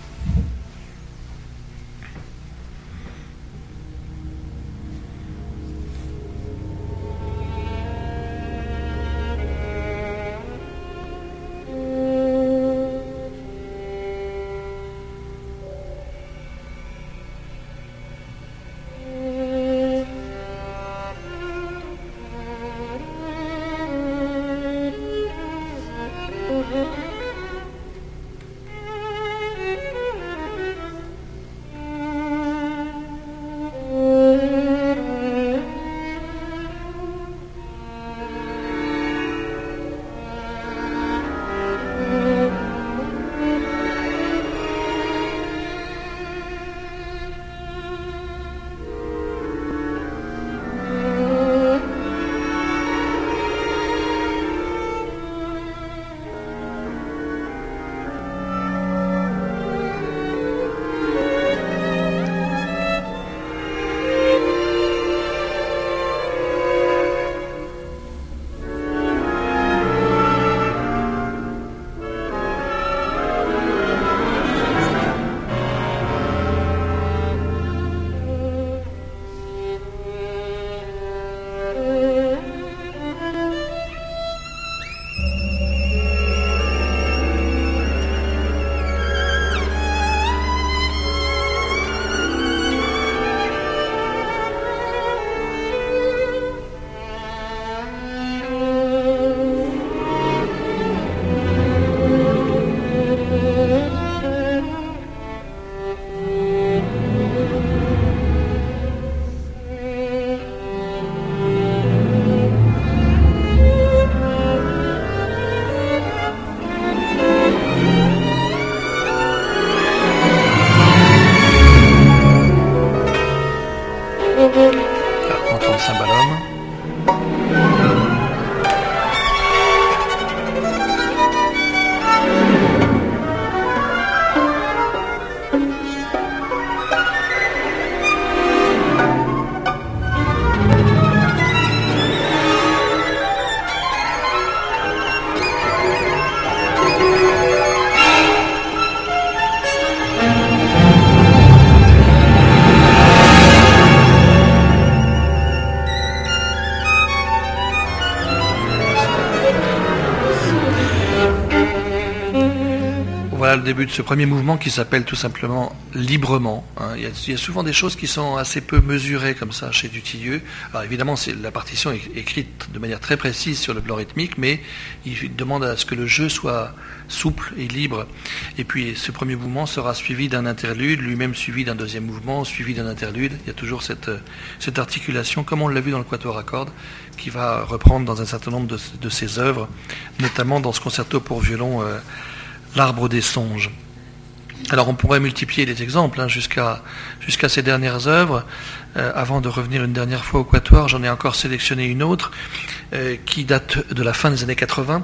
Le début de ce premier mouvement qui s'appelle tout simplement Librement. Hein. Il y a, il y a souvent des choses qui sont assez peu mesurées comme ça chez Dutilleux. Alors évidemment, c'est, la partition est écrite de manière très précise sur le plan rythmique, mais il demande à ce que le jeu soit souple et libre. Et puis ce premier mouvement sera suivi d'un interlude, lui-même suivi d'un deuxième mouvement, suivi d'un interlude. Il y a toujours cette, cette articulation, comme on l'a vu dans le quatuor à cordes, qui va reprendre dans un certain nombre de, de ses œuvres, notamment dans ce concerto pour violon euh, L'Arbre des Songes. Alors on pourrait multiplier les exemples hein, jusqu'à, jusqu'à ces dernières œuvres. Euh, avant de revenir une dernière fois au quatuor, j'en ai encore sélectionné une autre euh, qui date de la fin des années quatre-vingts.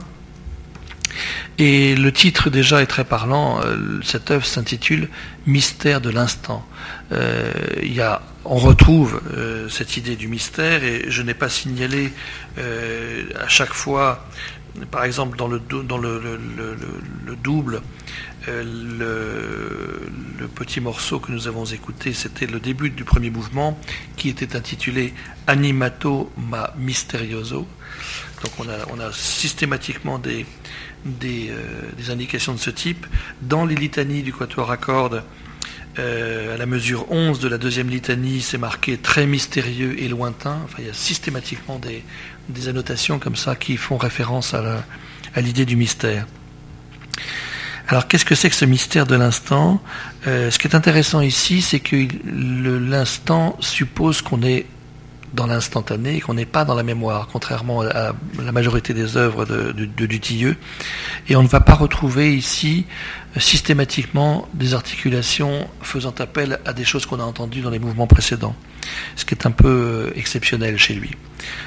Et le titre déjà est très parlant. Euh, cette œuvre s'intitule Mystère de l'instant. Euh, il y a, on retrouve euh, cette idée du mystère, et je n'ai pas signalé euh, à chaque fois. Par exemple, dans le, dans le, le, le, le double, euh, le, le petit morceau que nous avons écouté, c'était le début du premier mouvement, qui était intitulé Animato ma misterioso. Donc on a, on a systématiquement des, des, euh, des indications de ce type. Dans les litanies du quatuor à cordes, euh, à la mesure onze de la deuxième litanie, c'est marqué très mystérieux et lointain. Enfin, il y a systématiquement des des annotations comme ça qui font référence à, la, à l'idée du mystère. Alors qu'est-ce que c'est que ce mystère de l'instant ? euh, Ce qui est intéressant ici, c'est que le, l'instant suppose qu'on est dans l'instantané et qu'on n'est pas dans la mémoire, contrairement à la majorité des œuvres de, de, de Dutilleux. Et on ne va pas retrouver ici systématiquement des articulations faisant appel à des choses qu'on a entendues dans les mouvements précédents, ce qui est un peu exceptionnel chez lui.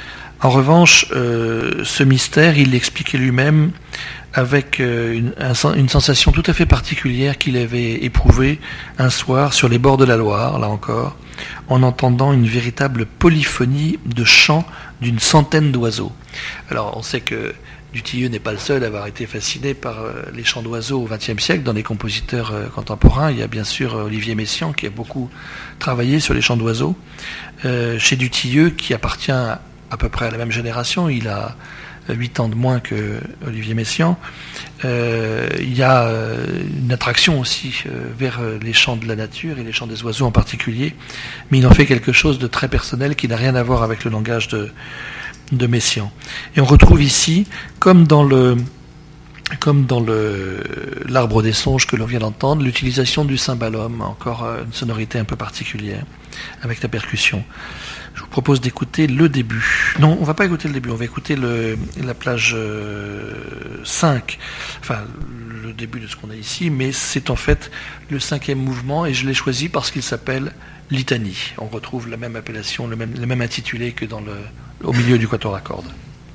En revanche, euh, ce mystère, il l'expliquait lui-même avec euh, une, un, une sensation tout à fait particulière qu'il avait éprouvée un soir sur les bords de la Loire, là encore, en entendant une véritable polyphonie de chants d'une centaine d'oiseaux. Alors, on sait que Dutilleux n'est pas le seul à avoir été fasciné par euh, les chants d'oiseaux au vingtième siècle. Dans les compositeurs euh, contemporains, il y a bien sûr euh, Olivier Messiaen qui a beaucoup travaillé sur les chants d'oiseaux. Euh, chez Dutilleux, qui appartient à, à peu près à la même génération, il a huit ans de moins que Olivier Messiaen, euh, il y a euh, une attraction aussi euh, vers les chants de la nature et les chants des oiseaux en particulier, mais il en fait quelque chose de très personnel qui n'a rien à voir avec le langage de de Messiaen. Et on retrouve ici, comme dans le comme dans le l'arbre des songes que l'on vient d'entendre, l'utilisation du cymbalum, encore une sonorité un peu particulière, avec la percussion. Je vous propose d'écouter le début. Non, on va pas écouter le début, on va écouter le, la plage cinq, enfin le début de ce qu'on a ici, mais c'est en fait le cinquième mouvement, et je l'ai choisi parce qu'il s'appelle Litanie. On retrouve la même appellation, le même, le même intitulé que dans le, au milieu du quatuor à cordes.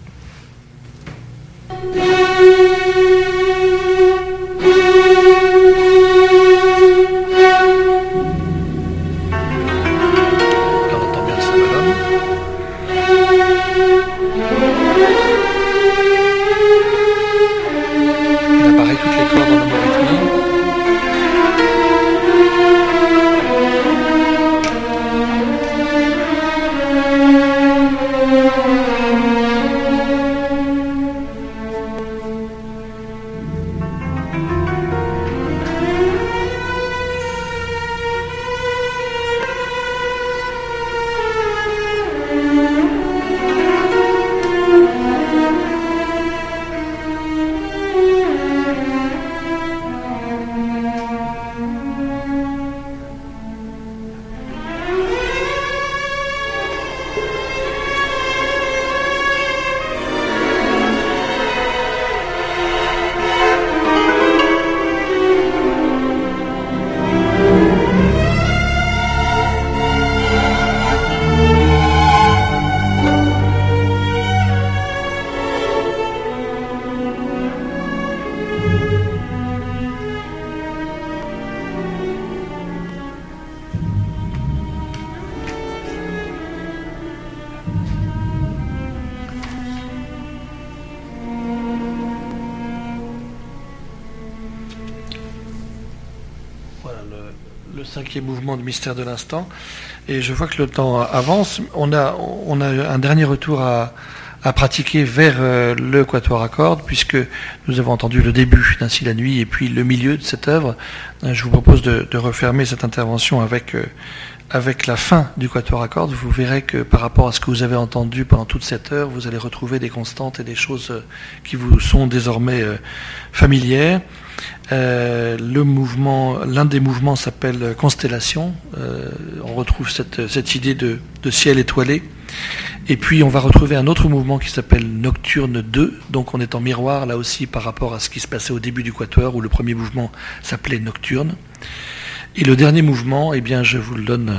Cinquième mouvement de Mystère de l'instant, et je vois que le temps avance. On a, on a un dernier retour à, à pratiquer vers euh, le quatuor à cordes, puisque nous avons entendu le début d'Ainsi la nuit et puis le milieu de cette œuvre. Euh, je vous propose de, de refermer cette intervention avec euh, avec la fin du quatuor à cordes. Vous verrez que par rapport à ce que vous avez entendu pendant toute cette heure, vous allez retrouver des constantes et des choses euh, qui vous sont désormais euh, familières. Euh, le mouvement, l'un des mouvements s'appelle Constellation. Euh, on retrouve cette, cette idée de, de ciel étoilé. Et puis on va retrouver un autre mouvement qui s'appelle Nocturne deux. Donc on est en miroir là aussi par rapport à ce qui se passait au début du quatuor, où le premier mouvement s'appelait Nocturne. Et le dernier mouvement, eh bien je vous le donne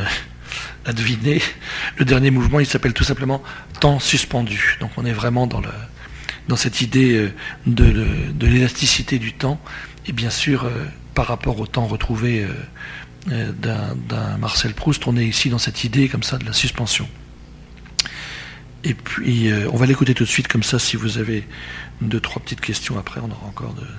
à deviner. Le dernier mouvement, il s'appelle tout simplement Temps suspendu. Donc on est vraiment dans le dans cette idée de, de, de l'élasticité du temps. Et bien sûr, euh, par rapport au temps retrouvé euh, d'un, d'un Marcel Proust, on est ici dans cette idée comme ça de la suspension. Et puis, euh, on va l'écouter tout de suite comme ça. Si vous avez deux, trois petites questions après, on aura encore de...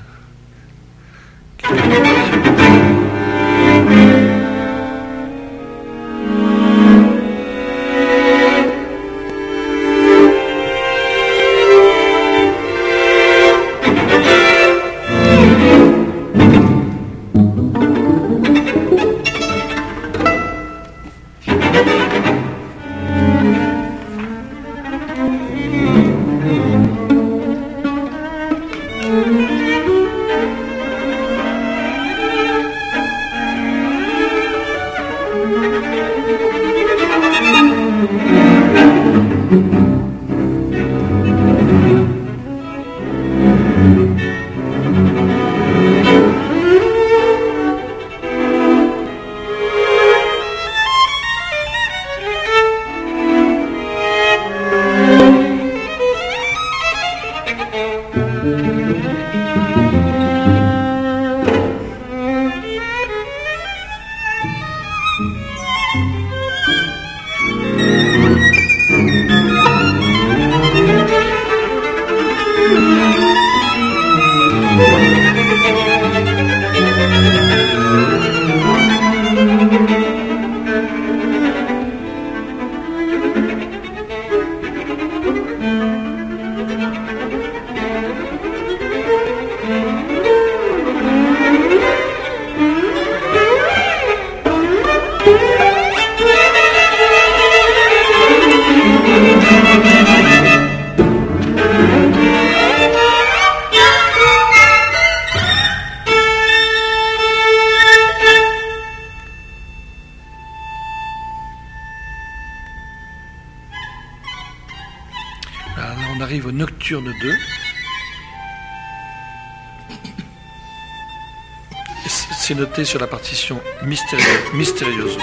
arrive au Nocturne deux. C'est noté sur la partition Mysterio- Mysterioso.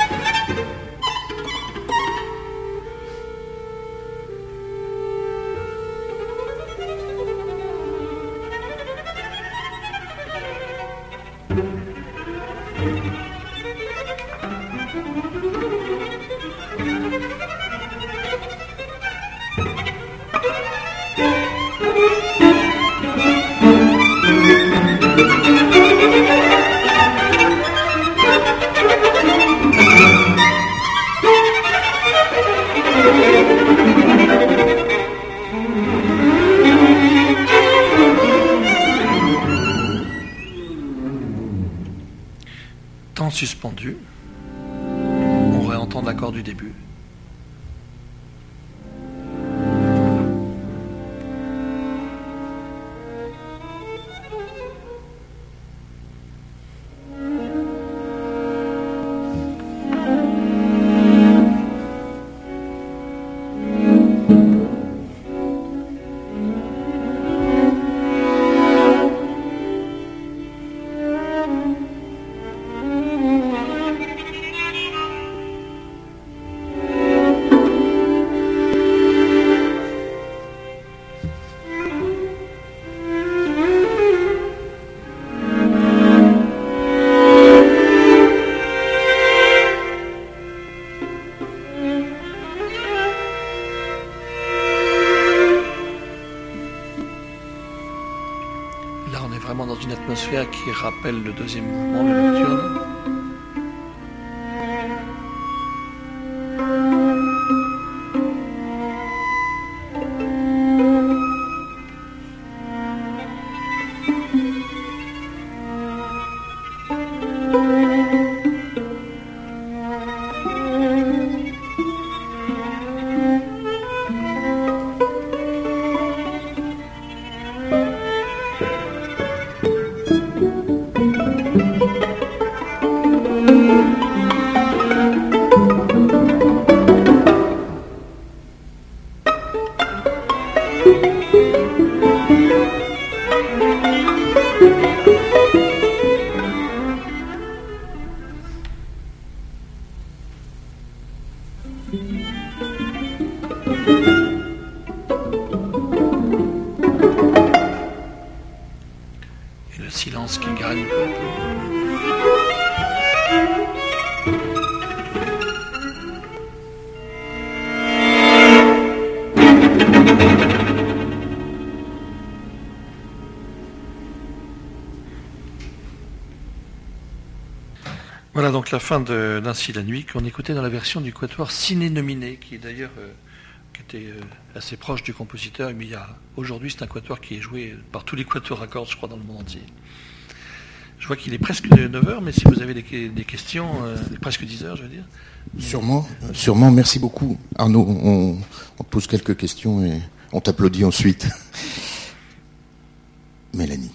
Temps suspendu. On réentend l'accord du début. Là, on est vraiment dans une atmosphère qui rappelle le deuxième mouvement, le Nocturne. Et le silence qui gagne peu à peu. Voilà donc la fin de d'Ainsi la nuit qu'on écoutait dans la version du quatuor Ciné Nominé, qui est d'ailleurs euh, qui était euh, assez proche du compositeur, mais il y a aujourd'hui c'est un quatuor qui est joué par tous les quatuors à cordes, je crois, dans le monde entier. Je vois qu'il est presque neuf heures, mais si vous avez des, des questions, euh, presque dix heures, je veux dire. Sûrement, sûrement. Merci beaucoup, Arnaud. On, on te pose quelques questions et on t'applaudit ensuite. Mélanie,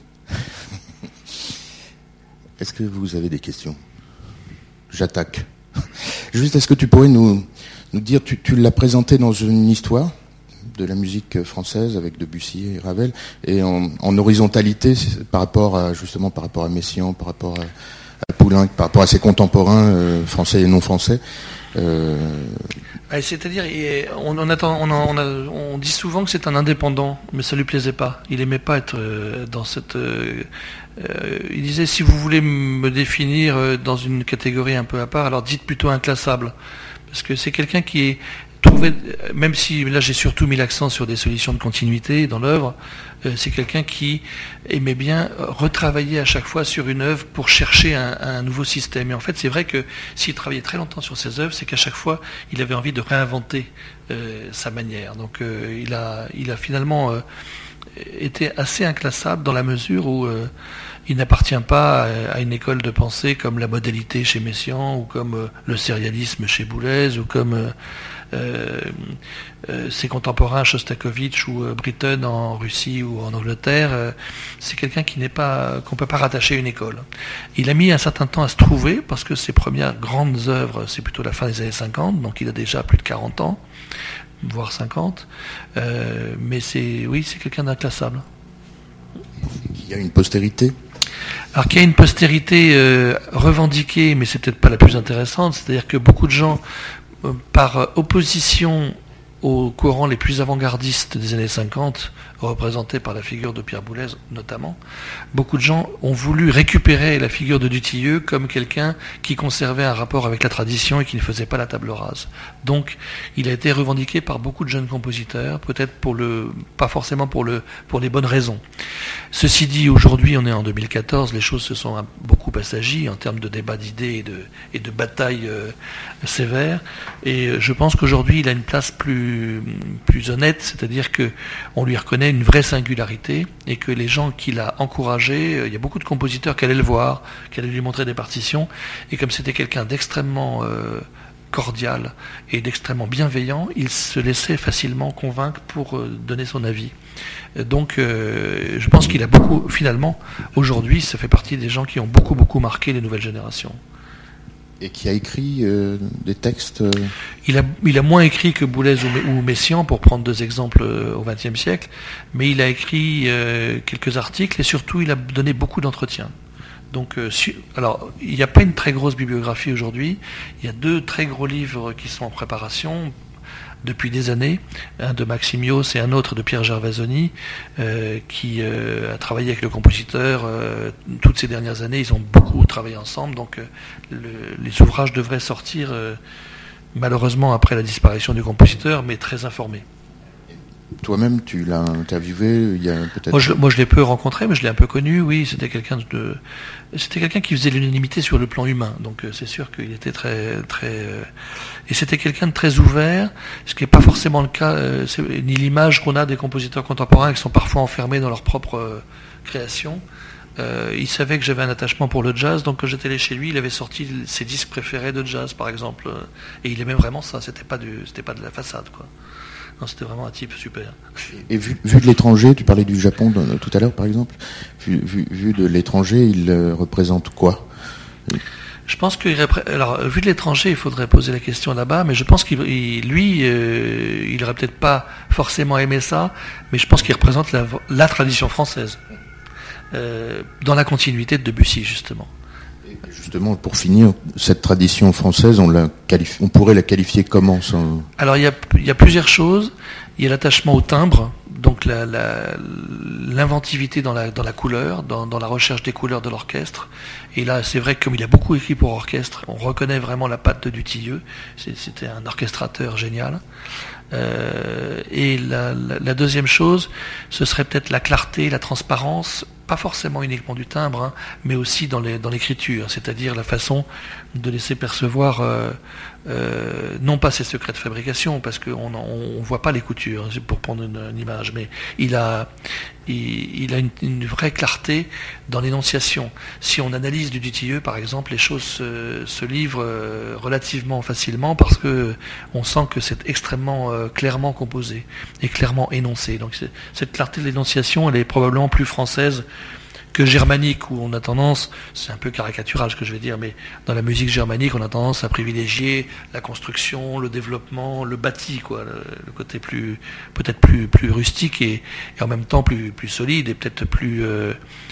est-ce que vous avez des questions ? J'attaque. Juste, est-ce que tu pourrais nous, nous dire, tu, tu l'as présenté dans une histoire de la musique française avec Debussy et Ravel, et en, en horizontalité par rapport à, justement par rapport à Messiaen, par rapport à, à Poulenc, par rapport à ses contemporains euh, français et non français. Euh... C'est-à-dire, on, on, attend, on, on, a, on dit souvent que c'est un indépendant, mais ça lui plaisait pas. Il aimait pas être euh, dans cette. Euh, euh, il disait, si vous voulez me définir euh, dans une catégorie un peu à part, alors dites plutôt inclassable, parce que c'est quelqu'un qui est trouvé, même si là j'ai surtout mis l'accent sur des solutions de continuité dans l'œuvre, euh, c'est quelqu'un qui aimait bien retravailler à chaque fois sur une œuvre pour chercher un, un nouveau système. Et en fait, c'est vrai que s'il travaillait très longtemps sur ses œuvres, c'est qu'à chaque fois, il avait envie de réinventer euh, sa manière. Donc, euh, il a, il a finalement euh, été assez inclassable dans la mesure où euh, il n'appartient pas à une école de pensée comme la modalité chez Messiaen, ou comme le sérialisme chez Boulez, ou comme euh, euh, ses contemporains Shostakovich ou euh, Britten en Russie ou en Angleterre. Euh, c'est quelqu'un qui n'est pas, qu'on peut pas rattacher à une école. Il a mis un certain temps à se trouver, parce que ses premières grandes œuvres, c'est plutôt la fin des années cinquante, donc il a déjà plus de quarante ans, voire cinquante. Euh, mais c'est, oui, c'est quelqu'un d'inclassable. Il y a une postérité. Alors qu'il y a une postérité euh, revendiquée, mais c'est peut-être pas la plus intéressante, c'est-à-dire que beaucoup de gens, euh, par opposition aux courants les plus avant-gardistes des années cinquante, représentés par la figure de Pierre Boulez notamment, beaucoup de gens ont voulu récupérer la figure de Dutilleux comme quelqu'un qui conservait un rapport avec la tradition et qui ne faisait pas la table rase. Donc, il a été revendiqué par beaucoup de jeunes compositeurs, peut-être pour le, pas forcément pour le, pour les bonnes raisons. Ceci dit, aujourd'hui, on est en deux mille quatorze, les choses se sont beaucoup assagies en termes de débat d'idées et de, et de batailles euh, sévères. Et je pense qu'aujourd'hui, il a une place plus, plus honnête, c'est-à-dire que on lui reconnaît une vraie singularité et que les gens qui l'a encouragé, il y a beaucoup de compositeurs qui allaient le voir, qui allaient lui montrer des partitions, et comme c'était quelqu'un d'extrêmement euh, cordial et d'extrêmement bienveillant, il se laissait facilement convaincre pour euh, donner son avis. Donc euh, je pense qu'il a beaucoup, finalement, aujourd'hui, ça fait partie des gens qui ont beaucoup, beaucoup marqué les nouvelles générations. Et qui a écrit euh, des textes euh... il, a, il a moins écrit que Boulez ou, ou Messiaen, pour prendre deux exemples euh, au vingtième siècle, mais il a écrit euh, quelques articles et surtout il a donné beaucoup d'entretiens. Donc, euh, su, alors, il n'y a pas une très grosse bibliographie aujourd'hui, il y a deux très gros livres qui sont en préparation depuis des années, un de Maximios et un autre de Pierre Gervasoni, euh, qui euh, a travaillé avec le compositeur euh, toutes ces dernières années. Ils ont beaucoup travaillé ensemble, donc euh, le, les ouvrages devraient sortir euh, malheureusement après la disparition du compositeur, mais très informés. Toi-même, tu l'as interviewé, il y a peut-être... Moi je, moi, je l'ai peu rencontré, mais je l'ai un peu connu, oui. C'était quelqu'un de, c'était quelqu'un qui faisait l'unanimité sur le plan humain. Donc, c'est sûr qu'il était très, très, euh, et c'était quelqu'un de très ouvert, ce qui n'est pas forcément le cas, euh, c'est, ni l'image qu'on a des compositeurs contemporains qui sont parfois enfermés dans leur propre euh, création. Euh, il savait que j'avais un attachement pour le jazz, donc quand j'étais allé chez lui, il avait sorti ses disques préférés de jazz, par exemple, et il aimait vraiment ça. C'était pas du, c'était pas de la façade, quoi. Non, c'était vraiment un type super. Et vu, vu de l'étranger, tu parlais du Japon de, tout à l'heure par exemple, vu, vu, vu de l'étranger, il euh, représente quoi? Je pense que, alors, vu de l'étranger, il faudrait poser la question là-bas, mais je pense qu'il, il, lui, euh, il aurait peut-être pas forcément aimé ça, mais je pense qu'il représente la, la tradition française, euh, dans la continuité de Debussy, justement. Justement, pour finir, cette tradition française, on, la qualifie, on pourrait la qualifier comment sans... Alors, il y a, il y a plusieurs choses. Il y a l'attachement au timbre, donc la, la, l'inventivité dans la, dans la couleur, dans, dans la recherche des couleurs de l'orchestre. Et là, c'est vrai que comme il a beaucoup écrit pour orchestre, on reconnaît vraiment la patte de Dutilleux. C'est, c'était un orchestrateur génial. Euh, et la, la, la deuxième chose, ce serait peut-être la clarté, la transparence, pas forcément uniquement du timbre, hein, mais aussi dans, les, dans l'écriture, c'est-à-dire la façon de laisser percevoir euh, euh, non pas ses secrets de fabrication, parce qu'on ne voit pas les coutures, pour prendre une, une image, mais il a, il, il a une, une vraie clarté dans l'énonciation. Si on analyse du Dutilleux, par exemple, les choses se, se livrent relativement facilement parce que on sent que c'est extrêmement euh, clairement composé et clairement énoncé. Donc c'est, cette clarté de l'énonciation, elle est probablement plus française que germanique, où on a tendance, c'est un peu caricatural ce que je vais dire, mais dans la musique germanique, on a tendance à privilégier la construction, le développement, le bâti, quoi, le, le côté plus, peut-être plus, plus rustique et, et en même temps plus, plus solide et peut-être plus, euh,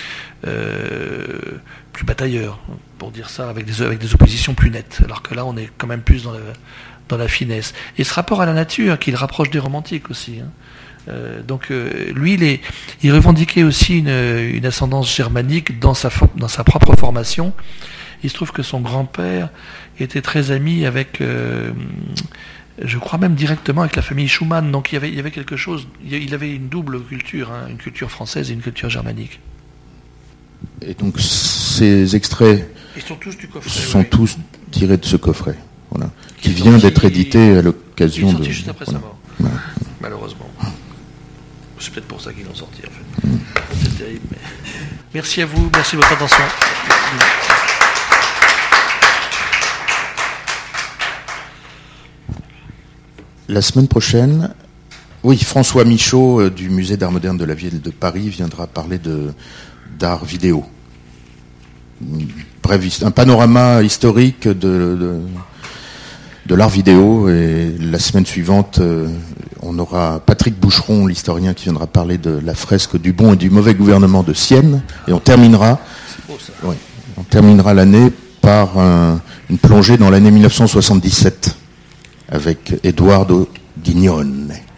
euh, plus batailleur, pour dire ça, avec des, avec des oppositions plus nettes. Alors que là, on est quand même plus dans la, dans la finesse. Et ce rapport à la nature, qui le rapproche des romantiques aussi, hein. Euh, donc euh, lui, il, est, il revendiquait aussi une, une ascendance germanique dans sa, dans sa propre formation. Il se trouve que son grand-père était très ami avec, euh, je crois même directement avec la famille Schumann. Donc il y avait, il y avait quelque chose, il avait une double culture, hein, une culture française et une culture germanique. Et donc ces extraits Ils sont tous du coffret, sont oui. tous tirés de ce coffret, voilà, qui, qui vient sorti, d'être édité à l'occasion il est sorti de... juste après voilà. sa mort, Voilà. malheureusement. C'est peut-être pour ça qu'ils l'ont sorti, en fait. Mm. C'est terrible, mais... Merci à vous, merci de votre attention. La semaine prochaine, oui, François Michaud euh, du Musée d'Art moderne de la ville de Paris viendra parler de, d'art vidéo. Bref, un panorama historique de, de, de l'art vidéo. Et la semaine suivante, euh, on aura Patrick Boucheron, l'historien, qui viendra parler de la fresque du bon et du mauvais gouvernement de Sienne. Et on terminera, C'est beau, ça. oui, on terminera l'année par un, une plongée dans l'année mille neuf cent soixante-dix-sept avec Eduardo Guignone.